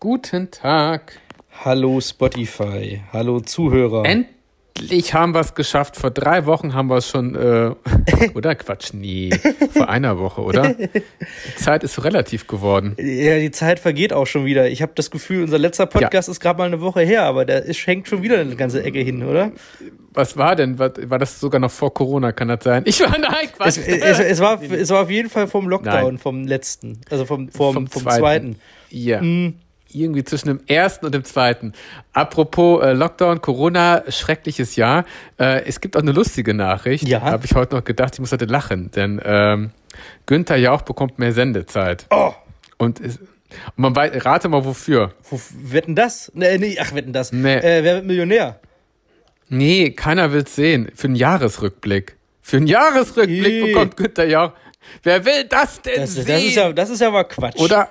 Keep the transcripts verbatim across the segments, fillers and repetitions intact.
Guten Tag. Hallo Spotify, hallo Zuhörer. Endlich haben wir es geschafft. Vor drei Wochen haben wir es schon, äh, oder? Quatsch, nee. Vor einer Woche, oder? Die Zeit ist so relativ geworden. Ja, die Zeit vergeht auch schon wieder. Ich habe das Gefühl, unser letzter Podcast ja. ist gerade mal eine Woche her, aber der ist, hängt schon wieder eine ganze Ecke hin, oder? Was war denn? War, war das sogar noch vor Corona, kann das sein? Ich war, nein, Quatsch. Es, es, es, war, es war auf jeden Fall vom Lockdown, nein. vom letzten, also vom, vom, vom, vom zweiten. zweiten. Ja. Mhm. Irgendwie zwischen dem ersten und dem zweiten. Apropos äh, Lockdown, Corona, schreckliches Jahr. Äh, es gibt auch eine lustige Nachricht. Ja. Habe ich heute noch gedacht, ich muss heute lachen. Denn ähm, Günther Jauch bekommt mehr Sendezeit. Oh. Und, ist, und man weiß, rate mal wofür. Wo, wetten das? Nee, nee, ach, wetten das. Nee. Äh, wer wird Millionär? Nee, keiner will's sehen. Für einen Jahresrückblick. Für einen Jahresrückblick nee. bekommt Günther Jauch. Wer will das denn das, sehen? Das ist, ja, das ist ja mal Quatsch. Oder...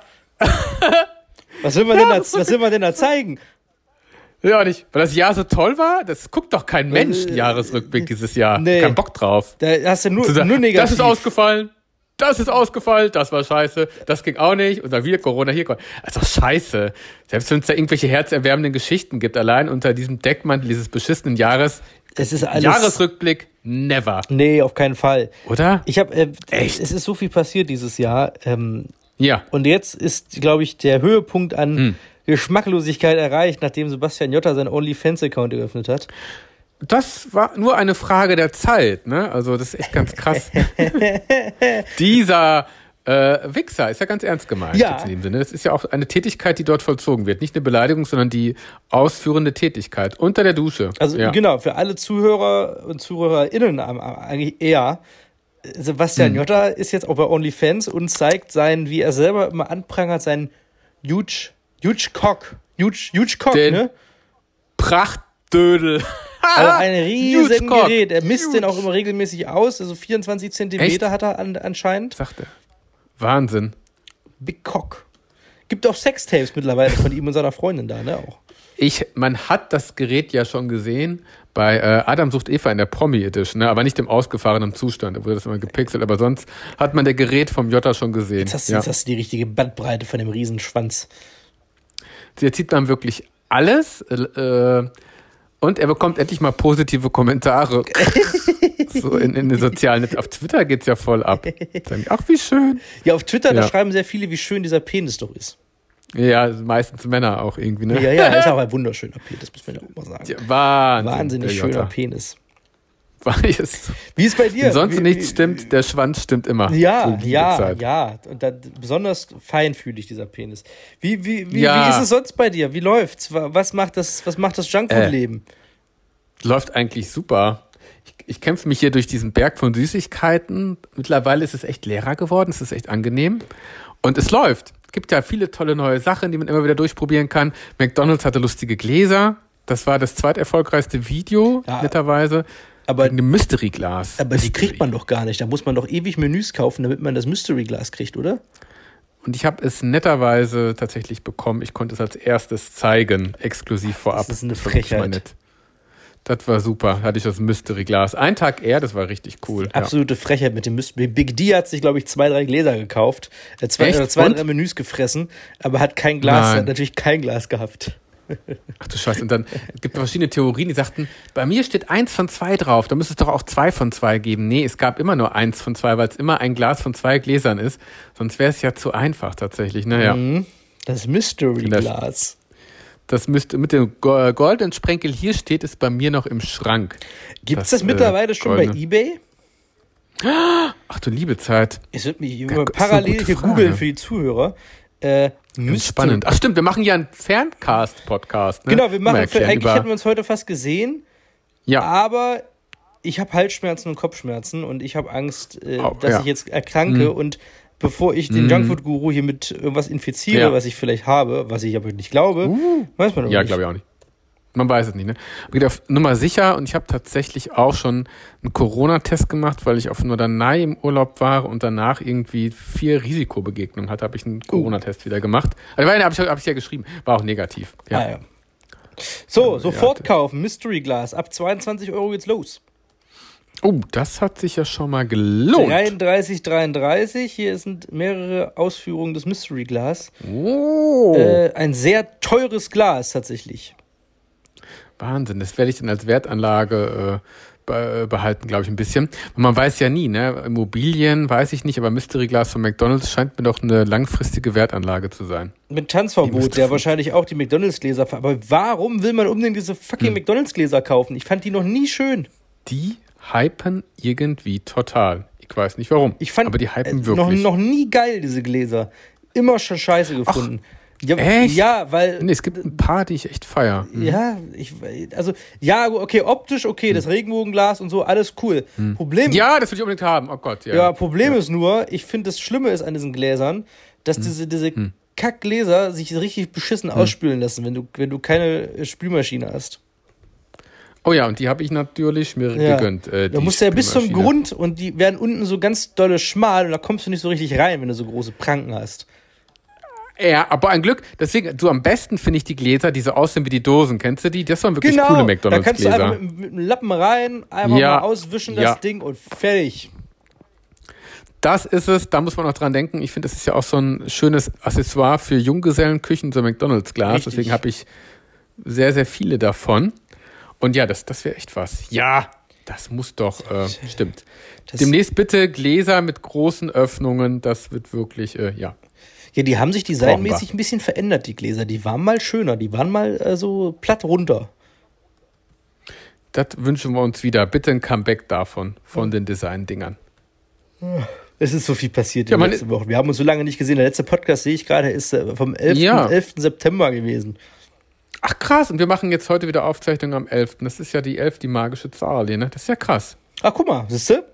Was will man, ja, denn da, was will man denn da zeigen? Ja, nicht. Weil das Jahr so toll war, das guckt doch kein Mensch, ein Jahresrückblick dieses Jahr. Nee. Kein Bock drauf. Da hast du nur, sagen, nur negativ. Das ist ausgefallen, das ist ausgefallen, das war scheiße, das ging auch nicht. Und dann wieder Corona, hier Corona. Das ist doch scheiße. Selbst wenn es da irgendwelche herzerwärmenden Geschichten gibt, allein unter diesem Deckmantel dieses beschissenen Jahres. Es ist alles Jahresrückblick, never. Nee, auf keinen Fall. Oder? Ich habe, äh, Echt? Es ist so viel passiert dieses Jahr. Ähm, Ja. Und jetzt ist, glaube ich, der Höhepunkt an hm. Geschmacklosigkeit erreicht, nachdem Sebastian Jotta seinen OnlyFans-Account eröffnet hat. Das war nur eine Frage der Zeit, ne? Also das ist echt ganz krass. Dieser äh, Wichser ist ja ganz ernst gemeint. Ja. Jetzt in dem Sinne. Das ist ja auch eine Tätigkeit, die dort vollzogen wird. Nicht eine Beleidigung, sondern die ausführende Tätigkeit unter der Dusche. Also ja. Genau, für alle Zuhörer und ZuhörerInnen eigentlich eher. Sebastian hm. Jotta ist jetzt auch bei OnlyFans und zeigt seinen, wie er selber immer anprangert, seinen huge, huge Cock. Huge, huge Cock, den ne? Prachtdödel. Also ein riesen Gerät. Er misst huge. Den auch immer regelmäßig aus. Also vierundzwanzig Zentimeter Echt? Hat er an, anscheinend. Sagt er. Wahnsinn. Big Cock. Gibt auch Sextapes mittlerweile von ihm und seiner Freundin da, ne? Auch. Ich, man hat das Gerät ja schon gesehen bei äh, Adam sucht Eva in der Promi-Edition, ne? Aber nicht im ausgefahrenen Zustand, da wurde das immer gepixelt, aber sonst hat man der Gerät vom Jotta schon gesehen. Jetzt hast, du, ja. jetzt hast du die richtige Bandbreite von dem Riesenschwanz. Jetzt sieht man wirklich alles äh, und er bekommt endlich mal positive Kommentare. So in, in den sozialen Netzen. Auf Twitter geht's ja voll ab. Sagen, ach, wie schön. Ja, auf Twitter, ja. da schreiben sehr viele, wie schön dieser Penis doch ist. Ja, meistens Männer auch irgendwie, ne? Ja, ja, ist auch ein wunderschöner Penis, das muss man ja auch mal sagen. Ja, Wahnsinn, Wahnsinnig schöner Penis. Wie ist bei dir? Wenn sonst wie, nichts wie, stimmt, der Schwanz stimmt immer. Ja, ja, Zeit. ja. Und da, besonders feinfühlig, dieser Penis. Wie, wie, wie, ja. wie ist es sonst bei dir? Wie läuft's? Was macht das, was macht das Junkfood-Leben? Äh, läuft eigentlich super. Ich, ich kämpfe mich hier durch diesen Berg von Süßigkeiten. Mittlerweile ist es echt leerer geworden. Es ist echt angenehm. Und es läuft. Es gibt ja viele tolle neue Sachen, die man immer wieder durchprobieren kann. McDonald's hatte lustige Gläser. Das war das zweiterfolgreichste Video, ja, netterweise. Aber ein Mystery-Glas. Aber Mystery. Die kriegt man doch gar nicht. Da muss man doch ewig Menüs kaufen, damit man das Mystery-Glas kriegt, oder? Und ich habe es netterweise tatsächlich bekommen. Ich konnte es als erstes zeigen, exklusiv vorab. Das ist eine Frechheit. Das war super. Hatte ich das Mystery-Glas. Ein Tag eher, das war richtig cool. Absolute ja. Frechheit mit dem Mystery. Big D hat sich, glaube ich, zwei, drei Gläser gekauft. Äh, zwei, äh, zwei drei Menüs gefressen, aber hat kein Glas, hat natürlich kein Glas gehabt. Ach du Scheiße. Und dann gibt es verschiedene Theorien, die sagten, bei mir steht eins von zwei drauf, da müsste es doch auch zwei von zwei geben. Nee, es gab immer nur eins von zwei, weil es immer ein Glas von zwei Gläsern ist. Sonst wäre es ja zu einfach tatsächlich. Naja. Das Mystery-Glas. Das müsste mit dem goldenen Sprenkel hier steht, ist bei mir noch im Schrank. Gibt es das, das mittlerweile äh, schon bei eBay? Ach du liebe Zeit. Ich würde mich ja, parallel hier googeln für die Zuhörer. Äh, Spannend. Ach stimmt, wir machen ja einen Ferncast-Podcast. Ne? Genau, wir machen, erklären, eigentlich hätten wir uns heute fast gesehen. Ja. Aber ich habe Halsschmerzen und Kopfschmerzen und ich habe Angst, äh, oh, dass ja. ich jetzt erkranke mhm. und bevor ich den mhm. Junkfood-Guru hier mit irgendwas infiziere, ja. was ich vielleicht habe, was ich aber nicht glaube, uh. weiß man doch ja, nicht. Ja, glaube ich auch nicht. Man weiß es nicht, ne? Geht auf Nummer sicher und ich habe tatsächlich auch schon einen Corona-Test gemacht, weil ich auf Norderney im Urlaub war und danach irgendwie vier Risikobegegnungen hatte, habe ich einen Corona-Test uh. wieder gemacht. Also habe ich, hab ich ja geschrieben, war auch negativ. Ja. Ah, ja. So, sofort ja, kaufen, Mystery Glas, ab zweiundzwanzig Euro geht's los. Oh, das hat sich ja schon mal gelohnt. dreiunddreißig dreiunddreißig, hier sind mehrere Ausführungen des Mystery Glass. Oh. Äh, ein sehr teures Glas tatsächlich. Wahnsinn, das werde ich dann als Wertanlage äh, be- behalten, glaube ich, ein bisschen. Und man weiß ja nie, ne? Immobilien weiß ich nicht, aber Mystery Glass von McDonald's scheint mir doch eine langfristige Wertanlage zu sein. Mit Tanzverbot, der wahrscheinlich auch die McDonald's-Gläser... Aber warum will man unbedingt diese fucking hm. McDonald's-Gläser kaufen? Ich fand die noch nie schön. Die hypen irgendwie total. Ich weiß nicht warum, ich fand, aber die hypen äh, wirklich. Noch, noch nie geil, diese Gläser. Immer schon scheiße gefunden. Ach, ja, echt? Ja, weil... Nee, es gibt ein paar, die ich echt feiere. Mhm. Ja, ich, also, ja, okay, optisch, okay, mhm. das Regenbogenglas und so, alles cool. Mhm. Problem... Ja, das will ich unbedingt haben, oh Gott, ja. Ja, Problem ja. ist nur, ich finde, das Schlimme ist an diesen Gläsern, dass mhm. diese, diese mhm. Kackgläser sich richtig beschissen mhm. ausspülen lassen, wenn du, wenn du keine Spülmaschine hast. Oh ja, und die habe ich natürlich mir ja. gegönnt. Äh, da musst du ja bis zum Grund und die werden unten so ganz dolle schmal und da kommst du nicht so richtig rein, wenn du so große Pranken hast. Ja, aber ein Glück, deswegen, so am besten finde ich die Gläser, die so aussehen wie die Dosen. Kennst du die? Das waren wirklich genau, coole McDonalds-Gläser. Da kannst du einfach mit, mit einem Lappen rein, einfach ja. mal auswischen, das ja. Ding und fertig. Das ist es, da muss man auch dran denken. Ich finde, das ist ja auch so ein schönes Accessoire für Junggesellenküchen, so McDonalds-Glas. Richtig. Deswegen habe ich sehr, sehr viele davon. Und ja, das, das wäre echt was. Ja, das muss doch, äh, stimmt. Das Demnächst bitte Gläser mit großen Öffnungen, das wird wirklich, äh, ja. Ja, die haben sich designmäßig ein bisschen verändert, die Gläser. Die waren mal schöner, die waren mal äh, so platt runter. Das wünschen wir uns wieder. Bitte ein Comeback davon, von den Design-Dingern. Es ist so viel passiert ja, in den letzten Wochen. Wir haben uns so lange nicht gesehen. Der letzte Podcast, sehe ich gerade, ist äh, vom elften Ja. elften September gewesen. Ach krass, und wir machen jetzt heute wieder Aufzeichnung am elften Das ist ja die elf, die magische Zahl hier, ne? Das ist ja krass. Ach, guck mal, siehst du?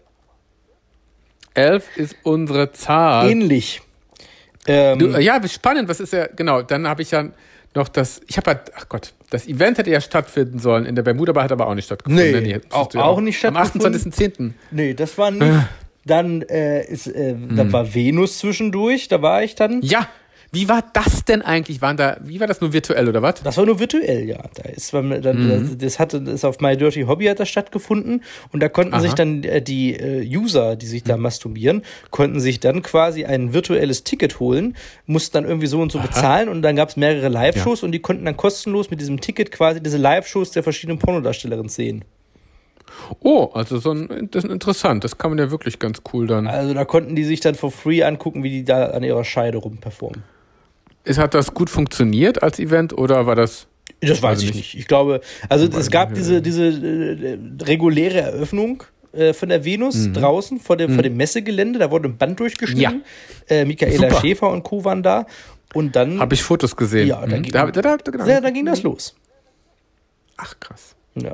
elf ist unsere Zahl. Ähnlich. Ähm, du, ja, spannend, was ist ja, genau, dann habe ich ja noch das, ich habe halt, ach Gott, das Event hätte ja stattfinden sollen in der Bermuda Bar, hat aber auch nicht stattgefunden. Nee, nee auch, auch nicht stattgefunden. Am achtundzwanzigsten zehnten Nee, das war nicht. Dann äh, ist, äh, hm. da war Venus zwischendurch, da war ich dann. Ja, wie war das denn eigentlich? Waren da, wie war das, nur virtuell oder was? Das war nur virtuell, ja. Da ist, dann, mhm. das hatte, das ist auf My Dirty Hobby hat das stattgefunden und da konnten Aha. sich dann äh, die äh, User, die sich da mhm. masturbieren, konnten sich dann quasi ein virtuelles Ticket holen, mussten dann irgendwie so und so Aha. bezahlen und dann gab es mehrere Live-Shows ja. und die konnten dann kostenlos mit diesem Ticket quasi diese Live-Shows der verschiedenen Pornodarstellerinnen sehen. Oh, also so ein, das ist interessant. Das kann man ja wirklich ganz cool dann. Also da konnten die sich dann for free angucken, wie die da an ihrer Scheide rumperformen. Ist, hat das gut funktioniert als Event oder war das? Das weiß ich nicht. Ich glaube, also es gab diese, diese äh, reguläre Eröffnung äh, von der Venus mhm. draußen vor dem, mhm. vor dem Messegelände. Da wurde ein Band durchgeschnitten. Ja. Äh, Michaela Super. Schäfer und Co. waren da. Und dann. Habe ich Fotos gesehen. Ja, dann, mhm. ging, da, da, da, genau. ja, dann ging das los. Ach, krass. Ja.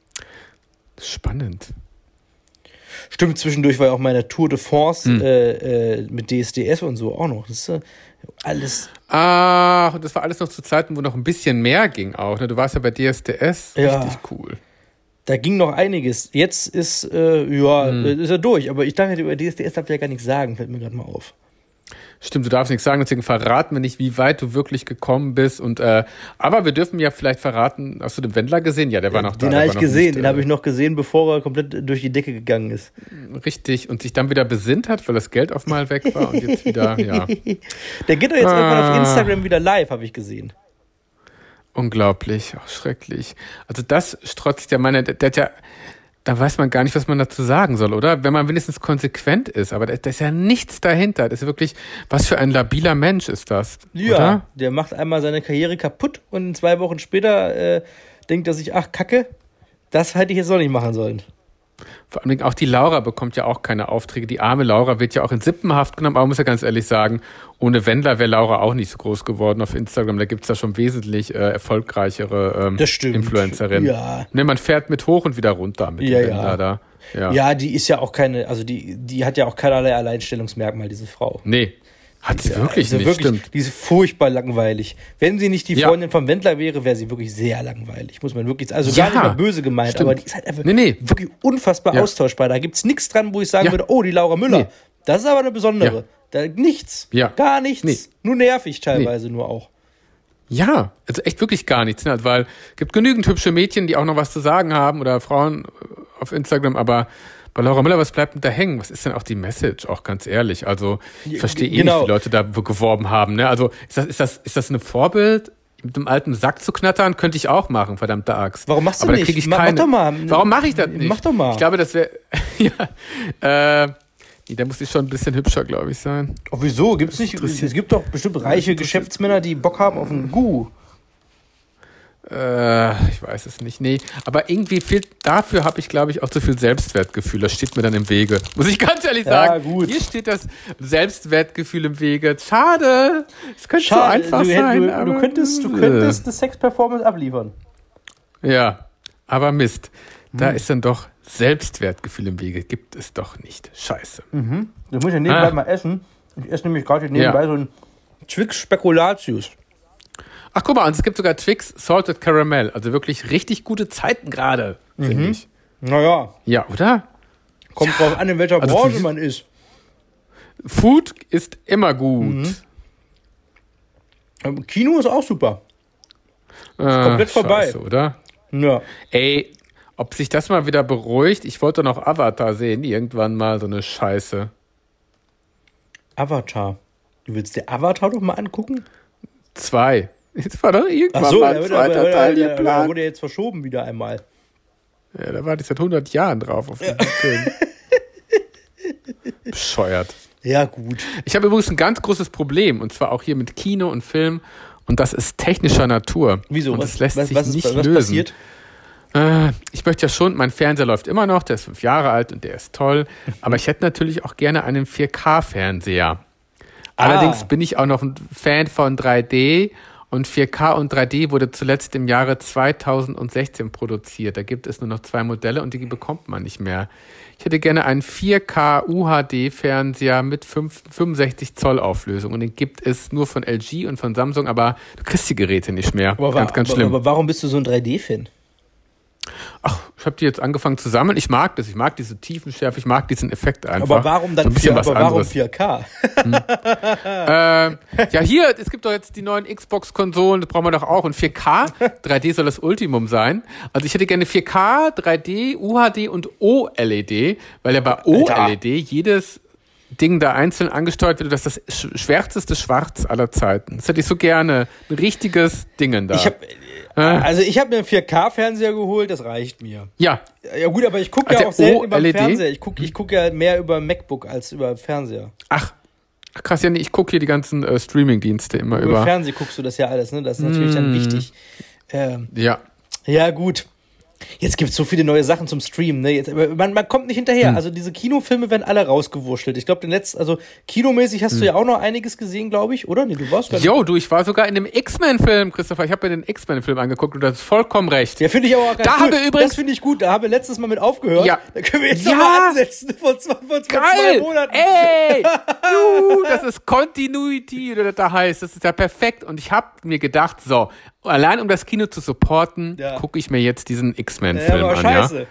Spannend. Stimmt, zwischendurch war ja auch meine Tour de France mhm. äh, äh, mit D S D S und so auch noch. Das ist äh, alles. Ah, und das war alles noch zu Zeiten, wo noch ein bisschen mehr ging auch. Ne? Du warst ja bei D S D S. Ja. Richtig cool. Da ging noch einiges. Jetzt ist, äh, ja, mhm. ist er durch. Aber ich dachte, über D S D S darf ich ja gar nichts sagen. Fällt mir gerade mal auf. Stimmt, du darfst nichts sagen, deswegen verraten wir nicht, wie weit du wirklich gekommen bist. Und äh, aber wir dürfen ja vielleicht verraten, hast du den Wendler gesehen? Ja, der war noch den da. Den habe ich gesehen, nicht, den äh, habe ich noch gesehen, bevor er komplett durch die Decke gegangen ist. Richtig, und sich dann wieder besinnt hat, weil das Geld auf mal weg war und jetzt wieder, ja. Der geht doch jetzt ah. irgendwann auf Instagram wieder live, habe ich gesehen. Unglaublich, auch schrecklich. Also das strotzt ja meine, der, der hat ja, da weiß man gar nicht, was man dazu sagen soll, oder? Wenn man wenigstens konsequent ist, aber da, da ist ja nichts dahinter. Das ist wirklich, was für ein labiler Mensch ist das, ja, oder? Der macht einmal seine Karriere kaputt und zwei Wochen später äh, denkt er sich, ach Kacke, das hätte ich jetzt noch nicht machen sollen. Vor allem auch die Laura bekommt ja auch keine Aufträge. Die arme Laura wird ja auch in Sippenhaft genommen, aber man muss ja ganz ehrlich sagen, ohne Wendler wäre Laura auch nicht so groß geworden auf Instagram. Da gibt es ja schon wesentlich äh, erfolgreichere ähm, Influencerinnen. Ja. Ne, man fährt mit hoch und wieder runter mit ja, dem Wendler ja. da. Ja. ja, die ist ja auch keine, also die, die hat ja auch keinerlei Alleinstellungsmerkmal, diese Frau. Nee. Hat sie ja, wirklich also nicht, wirklich, stimmt. Die ist furchtbar langweilig. Wenn sie nicht die ja. Freundin vom Wendler wäre, wäre sie wirklich sehr langweilig. Muss man wirklich, also ja, gar nicht mal böse gemeint, stimmt. aber die ist halt einfach nee, nee. wirklich unfassbar ja. austauschbar. Da gibt's nichts dran, wo ich sagen ja. würde, oh, die Laura Müller. Nee. Das ist aber eine besondere. Ja. Da, nichts. Ja. Gar nichts. Nee. Nur nervig teilweise, nee. nur auch. Ja, also echt wirklich gar nichts, ne? Weil es gibt genügend hübsche Mädchen, die auch noch was zu sagen haben oder Frauen auf Instagram, aber bei Laura Müller, was bleibt denn da hängen? Was ist denn auch die Message, auch ganz ehrlich? Also ich verstehe eh Genau. nicht, wie Leute da geworben haben, ne? Also ist das, ist das, ist das ein Vorbild? Mit dem alten Sack zu knattern, könnte ich auch machen, verdammte Axt. Warum machst du aber nicht? Da krieg ich mach, keine. mach doch mal. Warum mache ich das nicht? Mach doch mal. Ich glaube, das wäre, ja, äh, nee, da muss ich schon ein bisschen hübscher, glaube ich, sein. Oh, wieso? Gibt's nicht? Es gibt doch bestimmt reiche Geschäftsmänner, die Bock haben auf einen Guru. Äh, ich weiß es nicht, nee. Aber irgendwie fehlt, dafür habe ich, glaube ich, auch zu viel Selbstwertgefühl. Das steht mir dann im Wege. Muss ich ganz ehrlich sagen. Ja, gut. Hier steht das Selbstwertgefühl im Wege. Schade. Es könnte so Schade, einfach du, sein. du, aber, du könntest, du könntest eine Sex-Performance abliefern. Ja, aber Mist. Da Hm. ist dann doch Selbstwertgefühl im Wege. Gibt es doch nicht. Scheiße. Mhm. Das muss ich ja nebenbei Ah. mal essen. Ich esse nämlich gerade nebenbei Ja. so ein Twix Spekulatius. Ach, guck mal, und es gibt sogar Twix Salted Caramel. Also wirklich richtig gute Zeiten gerade, finde ich. Naja, Ja, oder? kommt drauf an, in welcher Also Branche für- man ist. Food ist immer gut. Mhm. Ähm, Kino ist auch super. Äh, komplett vorbei. Scheiße, oder? Ja. Ey, ob sich das mal wieder beruhigt? Ich wollte noch Avatar sehen, irgendwann mal, so eine Scheiße. Avatar. Du willst dir Avatar doch mal angucken? Zwei. Jetzt war doch irgendwann Ach so, mal der, ein der, zweiter der, Teil der, der geplant. wurde jetzt verschoben wieder einmal. Ja, da warte ich seit hundert Jahren drauf auf diesen Film. Bescheuert. Ja, gut. Ich habe übrigens ein ganz großes Problem, und zwar auch hier mit Kino und Film, und das ist technischer Natur. Wieso? Und was, das lässt was, sich was, ist, nicht was lösen. passiert? Äh, ich möchte ja schon, mein Fernseher läuft immer noch, der ist fünf Jahre alt und der ist toll, aber ich hätte natürlich auch gerne einen vier K-Fernseher. Allerdings Ah. bin ich auch noch ein Fan von drei D und vier K und drei D wurde zuletzt im Jahre zweitausendsechzehn produziert. Da gibt es nur noch zwei Modelle und die bekommt man nicht mehr. Ich hätte gerne einen vier K U H D-Fernseher mit fünf, fünfundsechzig Zoll Auflösung und den gibt es nur von L G und von Samsung, aber du kriegst die Geräte nicht mehr. Aber, ganz, ganz aber, schlimm. aber warum bist du so ein drei D-Fan? Ach, ich habe die jetzt angefangen zu sammeln. Ich mag das. Ich mag diese Tiefenschärfe. Ich mag diesen Effekt einfach. Aber warum dann so ein bisschen vier, was aber warum anderes. vier K? Ähm, ja, hier, es gibt doch jetzt die neuen Xbox-Konsolen, das brauchen wir doch auch. Und vier K, drei D soll das Ultimum sein. Also ich hätte gerne vier K, drei D, U H D und O L E D, weil ja bei O L E D jedes Ding da einzeln angesteuert wird. Das ist das sch- schwärzeste Schwarz aller Zeiten. Das hätte ich so gerne. Ein richtiges Dingen da. Ich hab, also ich habe mir einen vier K-Fernseher geholt, das reicht mir. ja, Ja gut, aber ich gucke Also ja auch selten über O L E den D? Fernseher. Ich gucke ich guck ja mehr über MacBook als über Fernseher. ach, ach krass, ja, nee, ich gucke hier die ganzen äh, Streaming-Dienste immer Über, über. Fernsehen guckst du das ja alles, ne? Das ist natürlich dann Mm. wichtig. Ähm, Ja. ja, gut. Jetzt gibt es so viele neue Sachen zum Streamen, ne? Jetzt, aber man, man kommt nicht hinterher. Hm. Also diese Kinofilme werden alle rausgewurschtelt. Ich glaube, den letzten, also kinomäßig hast Hm. du ja auch noch einiges gesehen, glaube ich, oder? Nee, du warst gar nicht. Jo, du, ich war sogar in dem X-Men-Film, Christopher. Ich habe mir den X-Men-Film angeguckt und das ist vollkommen recht. Ja, finde ich aber auch ganz Da cool. haben wir übrigens- Das finde ich gut. Da haben wir letztes Mal mit aufgehört. Ja. Da können wir jetzt Ja. nochmal ansetzen. Vor zwei, vor zwei, zwei Geil! Monaten. Ey! Du, das ist Continuity, oder das da heißt. Das ist ja perfekt. Und ich habe mir gedacht, so, allein um das Kino zu supporten, Ja. gucke ich mir jetzt diesen Ja, X-Men-Film aber an. scheiße.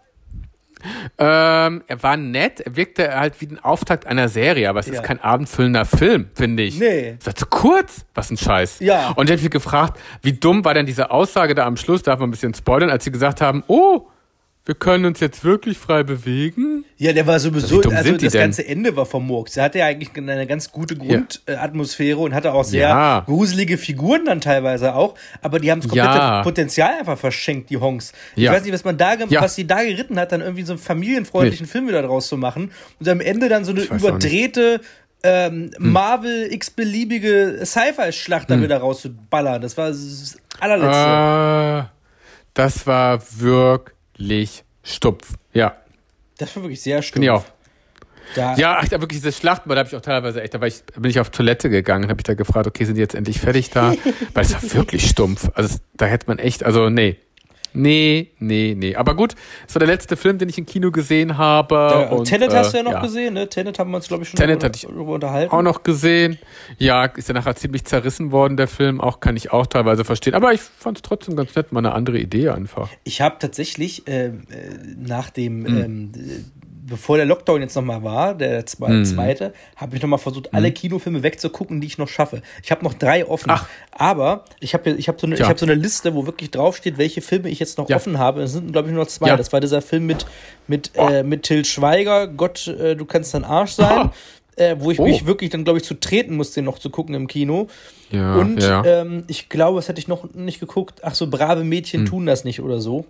Ja? Ähm, er war nett, er wirkte halt wie ein Auftakt einer Serie, aber es Ja. ist kein abendfüllender Film, finde ich. Nee. Es war zu kurz. Was ein Scheiß. Ja. Und ich habe mich gefragt, wie dumm war denn diese Aussage da am Schluss, darf man ein bisschen spoilern, als sie gesagt haben, oh, wir können uns jetzt wirklich frei bewegen? Ja, der war sowieso, Wie dumm also sind die das denn? ganze Ende war vermurkst. Er hatte ja eigentlich eine ganz gute Grundatmosphäre und hatte auch sehr Ja. gruselige Figuren dann teilweise auch, aber die haben das komplette Ja. Potenzial einfach verschenkt, die Honks. Ich Ja. weiß nicht, was man da, ge- Ja. was sie da geritten hat, dann irgendwie so einen familienfreundlichen Film wieder draus zu machen und am Ende dann so eine Ich weiß auch nicht. überdrehte ähm, Marvel x-beliebige Sci-Fi-Schlacht da Hm. wieder rauszuballern. Das war das allerletzte. Äh, das war wirklich stumpf. Ja, Das war wirklich sehr stumpf. bin ich auch. Da, Ja, ach, da wirklich diese Schlachten, da habe ich auch teilweise echt, da war ich, bin ich auf Toilette gegangen und habe ich da gefragt, okay, sind die jetzt endlich fertig da? Weil es war wirklich stumpf. Also es- da hätte man echt, also nee. Nee, nee, nee. Aber gut, es war der letzte Film, den ich im Kino gesehen habe. Ja, und, Tenet hast du ja äh, noch gesehen, ne? Tenet haben wir uns, glaube ich, schon Tenet darüber, hatte ich darüber unterhalten. Auch noch gesehen. Ja, ist ja nachher ziemlich zerrissen worden, der Film. Auch kann ich auch teilweise verstehen. Aber ich fand es trotzdem ganz nett, mal eine andere Idee einfach. Ich habe tatsächlich ähm, äh, nach dem Hm. ähm, bevor der Lockdown jetzt nochmal war, der zwe- Mhm. zweite, habe ich nochmal versucht, alle Kinofilme wegzugucken, die ich noch schaffe. Ich habe noch drei offen. Ach. Aber ich habe ich hab so, eine- ich Tja. hab so eine Liste, wo wirklich draufsteht, welche Filme ich jetzt noch Ja. offen habe. Es sind, glaube ich, nur noch zwei. Ja. Das war dieser Film mit, mit, äh, mit Till Schweiger, Gott, äh, du kannst ein Arsch sein. Äh, wo ich Oh. mich wirklich dann, glaube ich, zu treten musste, den noch zu gucken im Kino. Ja, Und ja. ähm, ich glaube, das hätte ich noch nicht geguckt. Ach so, brave Mädchen Hm. tun das nicht oder so.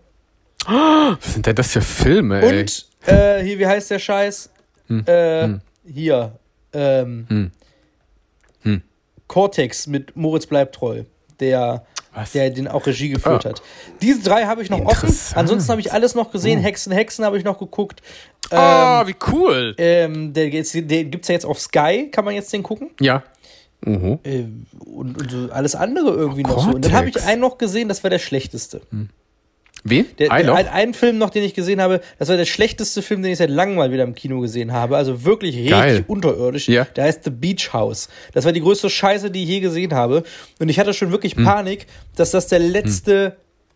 Was sind denn das für Filme, ey? Und äh, hier, wie heißt der Scheiß? Hm. Äh, Hm. Hier. Ähm, Hm. Hm. Cortex mit Moritz bleibt treu. Der, Was? der den auch Regie geführt Ah. hat. Diese drei habe ich noch offen. Interessant. Ansonsten habe ich alles noch gesehen. Oh. Hexen, Hexen habe ich noch geguckt. Ah, Ähm, wie cool. ähm, der, jetzt- der gibt es ja jetzt auf Sky. Kann man jetzt den gucken? Ja. Mhm. Äh, und, und so alles andere irgendwie noch so. Und dann habe ich Cortex. einen noch gesehen, das war der schlechteste. Wen? Der, I der, Love? ein, einen Film noch, den ich gesehen habe, das war der schlechteste Film, den ich seit langem mal wieder im Kino gesehen habe. Also wirklich richtig Geil. unterirdisch. Ja. Der heißt The Beach House. Das war die größte Scheiße, die ich je gesehen habe. Und ich hatte schon wirklich Hm. Panik, dass das der letzte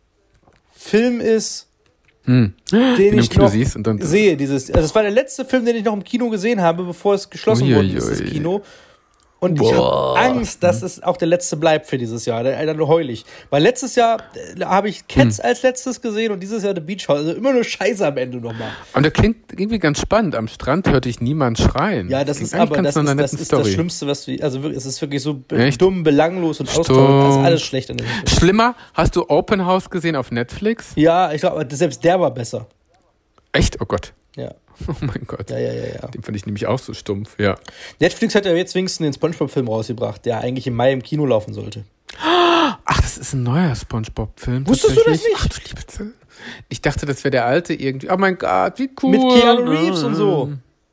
Film ist, Hm. den Den du im ich Kino noch siehst und dann- sehe. Dieses, also es war der letzte Film, den ich noch im Kino gesehen habe, bevor es geschlossen Uiuiui. worden ist, das Kino. Und ich Boah. habe Angst, dass es auch der letzte bleibt für dieses Jahr. Dann dann heul ich. Weil letztes Jahr äh, habe ich Cats Hm. als letztes gesehen und dieses Jahr The Beach House. Also immer nur Scheiße am Ende nochmal. Und der klingt irgendwie ganz spannend. Am Strand hörte ich niemand schreien. Ja, das Klingt ist eigentlich aber ganz das, nach einer ist, das, netten ist das Story. Schlimmste, was wir. Also wirklich, es ist wirklich so be- Echt? dumm, belanglos und Stimmt. austauschend. Das ist alles schlecht an dem Film. Schlimmer, hast du Open House gesehen auf Netflix? Ja, ich glaube, selbst der war besser. Echt? Oh Gott. Ja, Oh mein Gott. ja, ja, ja. ja. Den fand ich nämlich auch so stumpf, ja. Netflix hat ja jetzt wenigstens den SpongeBob-Film rausgebracht, der eigentlich im Mai im Kino laufen sollte. Ach, das ist ein neuer Spongebob-Film. Wusstest du das tatsächlich? nicht? Ach, du liebe Zeit. Ich dachte, das wäre der alte irgendwie. Oh mein Gott, wie cool. Mit Keanu Reeves und so.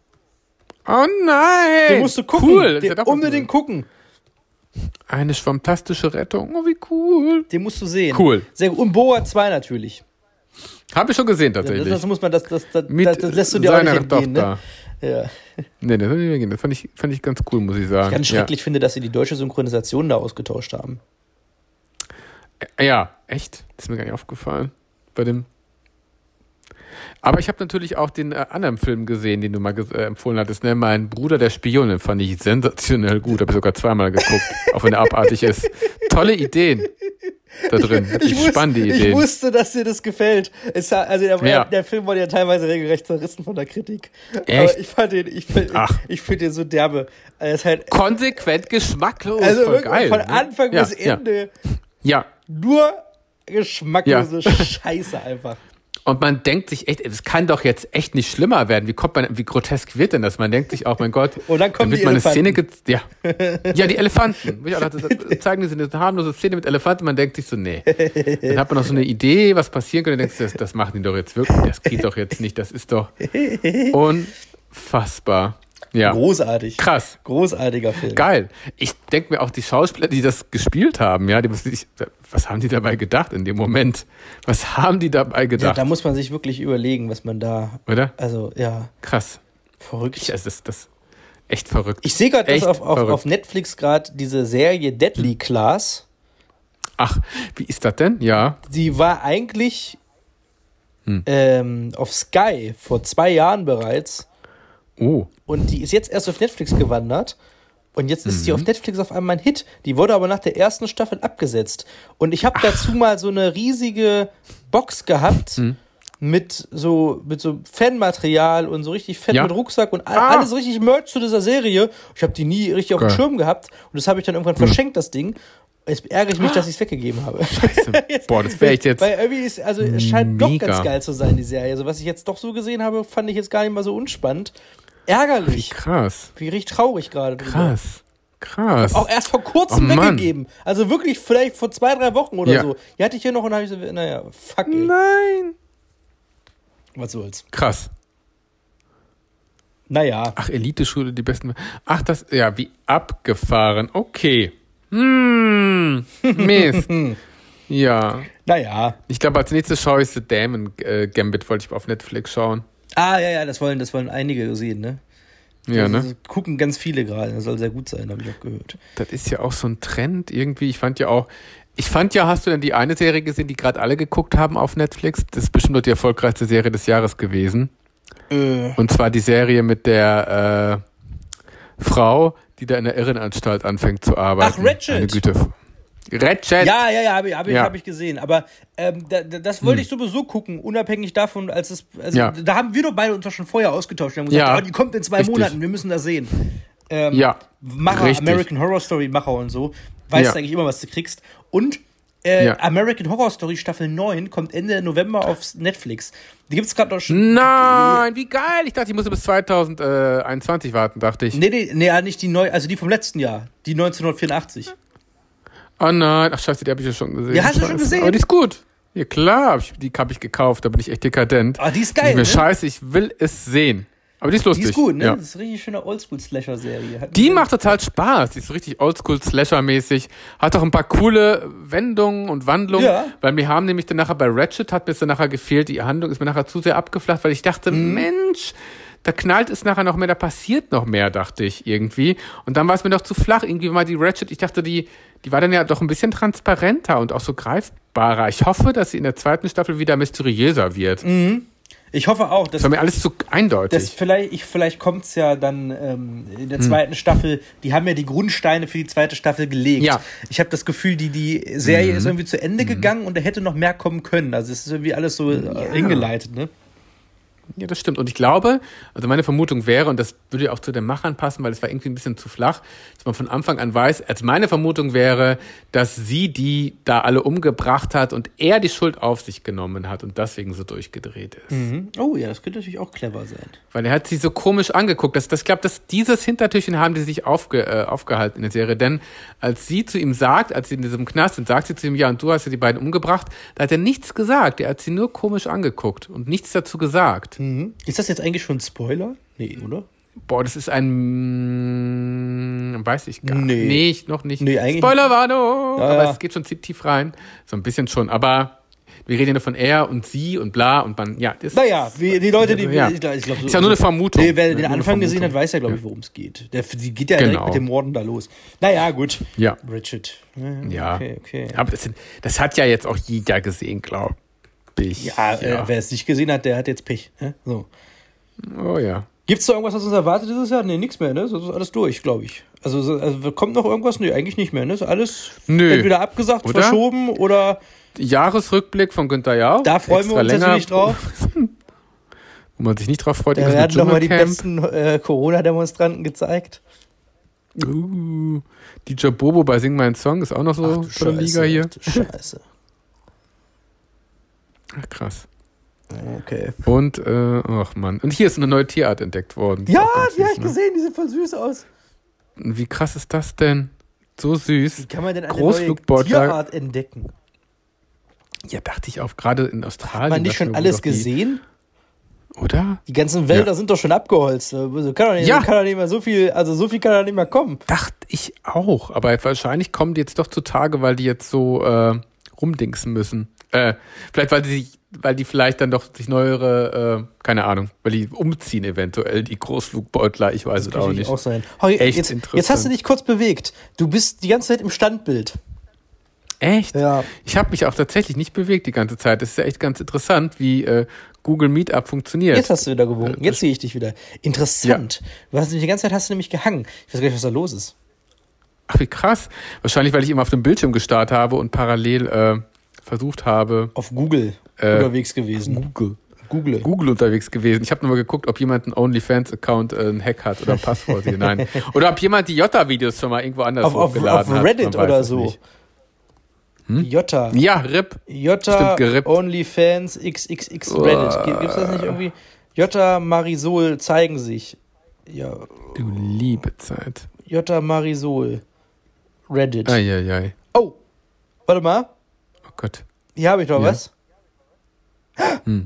Oh nein. Den musst du gucken. Cool. Das ist Den ja doch unbedingt gucken. eine fantastische Rettung. Oh, wie cool. Den musst du sehen. Cool. Sehr gut. Und Boa zwei natürlich. Habe ich schon gesehen, Ja, tatsächlich. das, das muss man, das, das, das, Mit das, das lässt du dir auch nicht seiner entgehen, Tochter. ne? Ja. Nee, das, das fand ich, fand ich ganz cool, muss ich sagen. Ganz schrecklich finde, dass sie die deutsche Synchronisation da ausgetauscht haben. Ja. ja, echt? Das ist mir gar nicht aufgefallen. Bei dem. Aber ich habe natürlich auch den äh, anderen Film gesehen, den du mal ges- äh, empfohlen hattest, ne? Mein Bruder, der Spion, den fand ich sensationell gut. Habe ich sogar zweimal geguckt, auch wenn er abartig ist. Tolle Ideen da drin. Ich, wusste, Spannende ich Ideen. wusste, dass dir das gefällt. Es, hat- also der, Ja. der Film wurde ja teilweise regelrecht zerrissen von der Kritik. Echt? Aber ich fand den, ich, find- Ach. ich finde den so derbe. Er ist halt, Konsequent geschmacklos. also voll wirklich geil. von ne? Anfang ja, bis Ende Ja. ja. nur geschmacklose Scheiße einfach. Und man denkt sich echt, es kann doch jetzt echt nicht schlimmer werden. Wie kommt man, wie grotesk wird denn das? Man denkt sich auch, mein Gott, Und dann kommen wird die mal eine Elefanten. Szene ge ja. ja, die Elefanten. Ich auch dachte, das zeigen die eine harmlose Szene mit Elefanten. Man denkt sich so, nee. Dann hat man noch so eine Idee, was passieren könnte. Dann denkst du, das, das machen die doch jetzt wirklich. Das geht doch jetzt nicht. Das ist doch unfassbar. Ja. Großartig. Krass. Großartiger Film. Geil. Ich denke mir auch, die Schauspieler, die das gespielt haben, ja, die, die, was haben die dabei gedacht in dem Moment? Was haben die dabei Ja, gedacht? da muss man sich wirklich überlegen, was man da. Oder? Also, ja, Krass. verrückt. Ich, also das, das echt verrückt. Ich sehe gerade, dass Echt auf, auf, verrückt. auf Netflix gerade diese Serie Deadly Class, Ach, wie ist das denn? Ja. die war eigentlich Hm. ähm, auf Sky vor zwei Jahren bereits Oh. und die ist jetzt erst auf Netflix gewandert. Und jetzt ist Mhm. sie auf Netflix auf einmal ein Hit. Die wurde aber nach der ersten Staffel abgesetzt. Und ich habe dazu mal so eine riesige Box gehabt Mhm. mit so mit so Fanmaterial und so richtig fett Ja. mit Rucksack und all, Ah. alles richtig Merch zu dieser Serie. Ich habe die nie richtig auf dem Geil. Schirm gehabt. Und das habe ich dann irgendwann verschenkt, das Ding. Jetzt ärgere ich mich, dass ich es weggegeben habe. Scheiße. Boah, das wäre ich jetzt. Weil irgendwie ist, also es scheint doch Mega. ganz geil zu sein, die Serie. Also was ich jetzt doch so gesehen habe, fand ich jetzt gar nicht mal so unspannend. Wie Ärgerlich. krass. Wie richtig traurig gerade. drüber. Krass. Krass. Auch erst vor kurzem Oh, Mann. weggegeben. Also wirklich vielleicht vor zwei, drei Wochen oder Ja. so. Die hatte ich hier noch und habe ich so, naja, fuck ey. Nein. Was soll's. Krass. Naja. Ach, Elite-Schule, die besten. Ach, das, ja, wie abgefahren. Okay. Hm. Mist. Ja. Naja. Ich glaube, als nächstes schaue ich The Damon äh, Gambit, wollte ich auf Netflix schauen. Ah, ja, ja, das wollen, das wollen einige sehen, ne? Ja, das, ne? das gucken ganz viele gerade. Das soll sehr gut sein, habe ich auch gehört. Das ist ja auch so ein Trend irgendwie. Ich fand ja auch, ich fand ja, hast du denn die eine Serie gesehen, die gerade alle geguckt haben auf Netflix? Das ist bestimmt doch die erfolgreichste Serie des Jahres gewesen. Äh. Und zwar die Serie mit der äh, Frau, die da in der Irrenanstalt anfängt zu arbeiten. Ach, Ratchet. Meine Güte. Ratchet. Ja, ja, ja, habe ich, hab ich, ja. hab ich gesehen. Aber ähm, da, das wollte hm. ich sowieso gucken, unabhängig davon, als es. Also, ja. Da haben wir doch beide uns doch schon vorher ausgetauscht. Wir haben gesagt, ja. oh, die kommt in zwei Richtig. Monaten, wir müssen das sehen. Ähm, ja. Macher, Richtig. American Horror Story Macher und so. Weißt ja. eigentlich immer, was du kriegst. Und äh, ja. American Horror Story Staffel neun kommt Ende November auf Netflix. Die gibt's gerade noch schon. Nein, wie geil. Ich dachte, ich musste bis zwanzig einundzwanzig warten, dachte ich. Nee, nee, nee, nicht die neu, also die vom letzten Jahr. Die neunzehnhundertvierundachtzig. Oh nein, ach scheiße, die habe ich ja schon gesehen. Ja, hast du schon gesehen? Aber die ist gut. Ja klar, hab ich, die habe ich gekauft, da bin ich echt dekadent. Ah, die ist geil, ich mir ne? Scheiße, ich will es sehen. Aber die ist lustig. Die ist gut, ne? Ja. Das ist eine richtig schöne Oldschool-Slasher-Serie. Hat Die macht total Spaß. Die ist so richtig Oldschool-Slasher-mäßig. Hat auch ein paar coole Wendungen und Wandlungen. Ja. Weil mir haben nämlich dann nachher bei Ratchet hat mir dann nachher gefehlt. Die Handlung ist mir nachher zu sehr abgeflacht, weil ich dachte, mhm. Mensch, da knallt es nachher noch mehr, da passiert noch mehr, dachte ich irgendwie. Und dann war es mir noch zu flach. Irgendwie war die Ratchet, ich dachte, die, die war dann ja doch ein bisschen transparenter und auch so greifbarer. Ich hoffe, dass sie in der zweiten Staffel wieder mysteriöser wird. Mhm. Ich hoffe auch. Dass, das war mir alles zu eindeutig. Das vielleicht ich, vielleicht kommt es ja dann ähm, in der zweiten hm. Staffel. Die haben ja die Grundsteine für die zweite Staffel gelegt. Ja. Ich habe das Gefühl, die, die Serie mhm. ist irgendwie zu Ende mhm. gegangen und da hätte noch mehr kommen können. Also es ist irgendwie alles so ja. hingeleitet, ne? Ja, das stimmt. Und ich glaube, also meine Vermutung wäre, und das würde ja auch zu den Machern passen, weil es war irgendwie ein bisschen zu flach, dass man von Anfang an weiß, als meine Vermutung wäre, dass sie die da alle umgebracht hat und er die Schuld auf sich genommen hat und deswegen so durchgedreht ist. Mhm. Oh ja, das könnte natürlich auch clever sein. Weil er hat sie so komisch angeguckt. Das, das, ich glaube, dass dieses Hintertürchen haben die sich aufge, äh, aufgehalten in der Serie. Denn als sie zu ihm sagt, als sie in diesem Knast sind, sagt sie zu ihm, ja, und du hast ja die beiden umgebracht, da hat er nichts gesagt. Er hat sie nur komisch angeguckt und nichts dazu gesagt. Mhm. Ist das jetzt eigentlich schon ein Spoiler? Nee, oder? Boah, das ist ein, weiß ich gar nee. nicht, noch nicht. Nee, eigentlich Spoilerwarnung! Ja, aber ja. es geht schon tief rein. So ein bisschen schon, aber wir reden ja von er und sie und bla und man, ja. Das naja, wie, die Leute, die, ja. ich glaub, so, ist ja nur eine Vermutung. Nee, wer ja, den Anfang Vermutung. gesehen hat, weiß ja, glaube ich, worum es geht. Der, die geht ja genau. direkt mit dem Morden da los. Naja, gut. Ja. Richard. Ja. Okay, okay. Aber das, sind, das hat ja jetzt auch jeder gesehen, glaube ich. Ja, ja. Äh, wer es nicht gesehen hat, der hat jetzt Pech. Ne? So. Oh ja. Gibt's da irgendwas, was uns erwartet dieses Jahr? Nee, nichts mehr, ne? Das ist alles durch, glaube ich. Also, also kommt noch irgendwas? Nee, eigentlich nicht mehr, ne? Ist alles Nö. entweder abgesagt, oder? verschoben oder. Jahresrückblick von Günther Jauch. Da freuen wir uns länger, natürlich drauf. Wo man sich nicht drauf freut. Da werden nochmal die besten äh, Corona-Demonstranten gezeigt. Uh, D J Bobo bei Sing Mein Song ist auch noch so von der Liga hier. Ach du Scheiße. Ach, krass. Okay. Und, äh, ach Mann. Und hier ist eine neue Tierart entdeckt worden. Ja, die habe ich ne? gesehen, die sieht voll süß aus. Wie krass ist das denn? So süß. Wie kann man denn eine neue Tierart entdecken? Ja, dachte ich auch, gerade in Australien. Hat man nicht schon alles die, gesehen? Oder? Die ganzen Wälder ja. sind doch schon abgeholzt. Also kann doch nicht, ja. kann doch nicht mehr so viel, also so viel kann doch nicht mehr kommen. Dachte ich auch, aber wahrscheinlich kommen die jetzt doch zutage, weil die jetzt so äh, rumdingsen müssen. Äh, vielleicht, weil die, weil die vielleicht dann doch sich neuere, äh, keine Ahnung, weil die umziehen eventuell, die Großflugbeutler, ich weiß es auch nicht. Auch sein. Oh, Echt jetzt, interessant. Jetzt hast du dich kurz bewegt. Du bist die ganze Zeit im Standbild. Echt? Ja. Ich habe mich auch tatsächlich nicht bewegt die ganze Zeit. Das ist ja echt ganz interessant, wie äh, Google Meetup funktioniert. Jetzt hast du wieder gewunken. Jetzt sehe ich dich wieder. Interessant. Ja. Du hast die ganze Zeit hast du nämlich gehangen. Ich weiß gar nicht, was da los ist. Ach, wie krass. Wahrscheinlich, weil ich immer auf dem Bildschirm gestarrt habe und parallel äh, versucht habe. Auf Google äh, unterwegs gewesen. Google. Google. Google unterwegs gewesen. Ich habe nur mal geguckt, ob jemand einen OnlyFans-Account, äh, einen Hack hat oder ein Passwort. Nein. Oder ob jemand die Jota-Videos schon mal irgendwo anders auf, hochgeladen auf, auf Reddit hat. oder so. Hm? Jota. Ja, R I P. Jota, OnlyFans, X X X Reddit. Oh. Gibt es das nicht irgendwie? Jota, Marisol zeigen sich. Ja. Du liebe Zeit. Jota, Marisol. Reddit. Eieiei. Oh, warte mal. Oh Gott. Hier habe ich doch ja. was. Hm.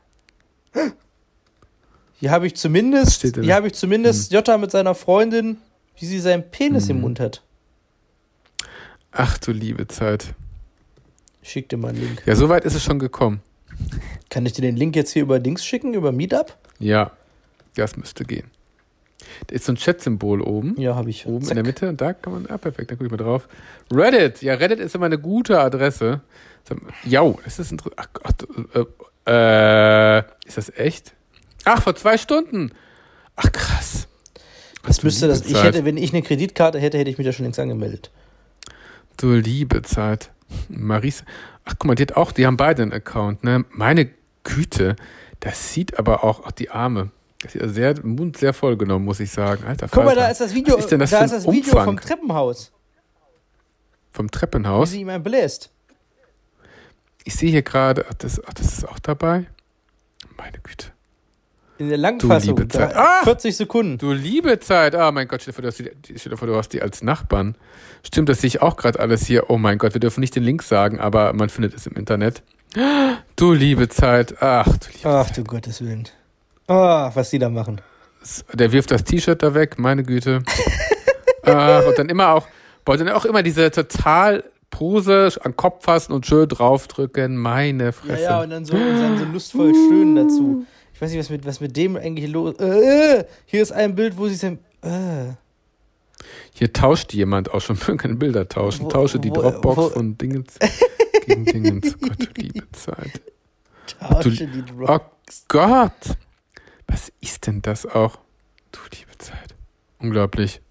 Hier habe ich zumindest, hier habe ich zumindest hm. Jota mit seiner Freundin, wie sie seinen Penis hm. im Mund hat. Ach du liebe Zeit. Ich schick dir mal einen Link. Ja, so weit ist es schon gekommen. Kann ich dir den Link jetzt hier über Dings schicken, über Meetup? Ja, das müsste gehen. Da ist so ein Chat-Symbol oben. Ja, habe ich. Oben Zack. In der Mitte und da kann man, ah perfekt, da gucke ich mal drauf. Reddit, ja, Reddit ist immer eine gute Adresse. Ja, ist das interessant? Ach Gott, äh, äh, ist das echt? Ach, vor zwei Stunden. Ach, krass. Das müsste das. Ich hätte, wenn ich eine Kreditkarte hätte, hätte ich mich da schon längst angemeldet. Du liebe Zeit. Maries. Ach, guck mal, die hat auch, die haben beide einen Account, ne? Meine Güte. Das sieht aber auch, ach, die Arme. Das ist ja sehr, Mund sehr voll genommen, muss ich sagen. Alter Falter. Guck mal, da ist das Video, Was ist denn das da für ist ein das Video Umfang? vom Treppenhaus. Vom Wie Treppenhaus? sie ihm einen bläst. Ich sehe hier gerade, ach das, ach, das ist auch dabei. Meine Güte. In der Langfassung. Du liebe Zeit. da- Ah! vierzig Sekunden. Du liebe Zeit. Ah, mein Gott, stell dir vor, du hast die, stell dir vor, du hast die als Nachbarn. Stimmt, das sehe ich auch gerade alles hier. Oh mein Gott, wir dürfen nicht den Link sagen, aber man findet es im Internet. Du liebe Zeit. Ach, du liebe Ach du Gottes Willen. Ah, was die da machen. Zeit. Der wirft das T-Shirt da weg, meine Güte. Ach, und dann immer auch, boah, dann auch immer diese total Pose an den Kopf fassen und schön draufdrücken. Meine Ja, Fresse. ja, und dann so, und dann so lustvoll schön dazu. Ich weiß nicht, was mit, was mit dem eigentlich los ist. Äh, hier ist ein Bild, wo sie sind. Äh. Hier tauscht jemand auch schon. Wir können Bilder tauschen. Wo- Tausche die wo- Dropbox wo- von Dingens gegen Dingens. Gott, du liebe Zeit. Tausche die Dropbox. Oh Gott. Was ist denn das auch? Du liebe Zeit. Unglaublich.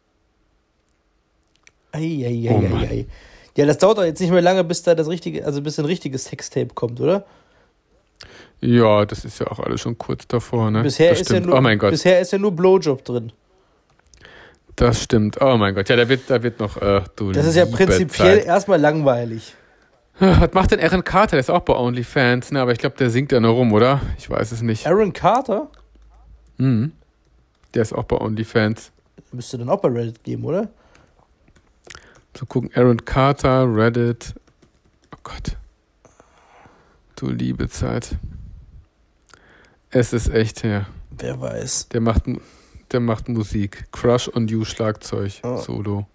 Eieieiei. Oh Mann. Ja, das dauert doch jetzt nicht mehr lange, bis da das richtige, also bis ein richtiges Sextape kommt, oder? Ja, das ist ja auch alles schon kurz davor, ne? Bisher das ist ja stimmt. nur, oh mein Gott. bisher ist ja nur Blowjob drin. Das stimmt. Oh mein Gott. Ja, da wird, da wird noch, äh, du Das ist ja liebe prinzipiell Zeit. erstmal langweilig. Was macht denn Aaron Carter? Der ist auch bei OnlyFans, ne? Aber ich glaube, der singt ja nur rum, oder? Ich weiß es nicht. Aaron Carter Mhm. Der ist auch bei OnlyFans. müsste dann auch bei Reddit geben, oder? So gucken, Aaron Carter, Reddit. Oh Gott. Du liebe Zeit. Es ist echt her. Wer weiß. Der macht, Mu- der macht Musik. Crush on You Schlagzeug. Oh. Solo.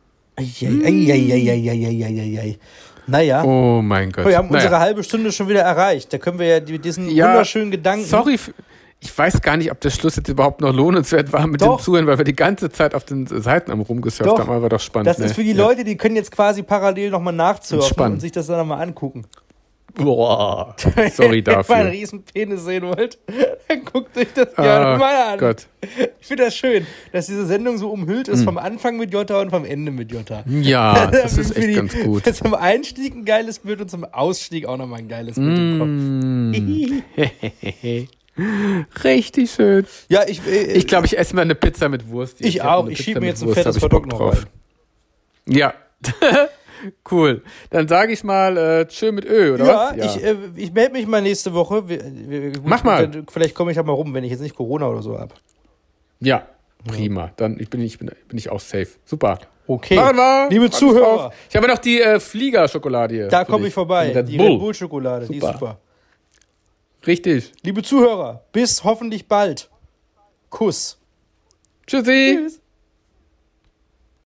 Eieieiei. Naja. Oh mein Gott. Oh, wir haben Naja. unsere halbe Stunde schon wieder erreicht. Da können wir ja die- diesen Ja, wunderschönen Gedanken. Sorry, f- ich weiß gar nicht, ob der Schluss jetzt überhaupt noch lohnenswert war mit Doch. dem Zuhören, weil wir die ganze Zeit auf den Seiten am rumgesurft Doch. haben, aber war doch spannend. Das ne? ist für die Ja. Leute, die können jetzt quasi parallel nochmal nachsurfen Spannend. und sich das dann nochmal angucken. Boah. Sorry Wenn ihr mal einen dafür. riesen Penis sehen wollt, dann guckt euch das gerne Ah, mal an. Gott. Ich finde das schön, dass diese Sendung so umhüllt ist Hm. vom Anfang mit Jota und vom Ende mit Jota. Ja, das ist Für echt die- ganz gut. Für zum Einstieg ein geiles Bild und zum Ausstieg auch nochmal ein geiles Bild im Kopf. Mm. Richtig schön. Ja, ich, äh, Ich glaube, ich esse mal eine Pizza mit Wurst. Ich hab auch. eine Ich Pizza schieb mir mit jetzt ein Wurst, fettes hab ich Hotdog Bock noch drauf. rein. Ja. Cool. Dann sage ich mal äh, tschö mit Ö, oder ja, was? ich, äh, ich melde mich mal nächste Woche. Wir, wir, gut, Mach mal. dann- Vielleicht komme ich ja mal rum, wenn ich jetzt nicht Corona oder so habe. Ja, prima. Dann ich bin, ich bin, bin ich auch safe. Super. Okay. Machen wir. Liebe Freu mich Zuhörer. drauf. Ich habe noch die äh, Flieger-Schokolade hier. Da für komme dich. ich vorbei. Den Red Die Bull. Red Bull Schokolade, die ist Super. super. Richtig. Liebe Zuhörer, bis hoffentlich bald. Kuss. Tschüssi. Tschüss.